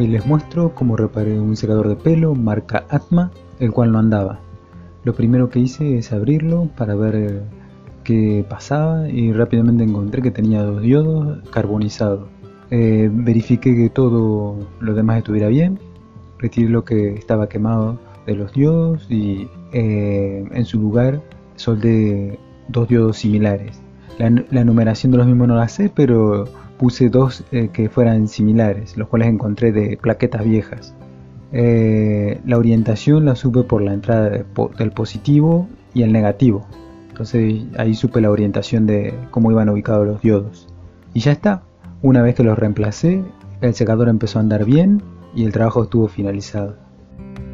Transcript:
Hoy les muestro cómo reparé un secador de pelo marca Atma, el cual no andaba. Lo primero que hice es abrirlo para ver qué pasaba y rápidamente encontré que tenía 2 diodos carbonizados. Verifiqué que todo lo demás estuviera bien, retiré lo que estaba quemado de los diodos y en su lugar soldé 2 diodos similares. La numeración de los mismos no la sé, pero puse 2 que fueran similares, los cuales encontré de plaquetas viejas. La orientación la supe por la entrada del positivo y el negativo. Entonces ahí supe la orientación de cómo iban ubicados los diodos. Y ya está. Una vez que los reemplacé, el secador empezó a andar bien y el trabajo estuvo finalizado.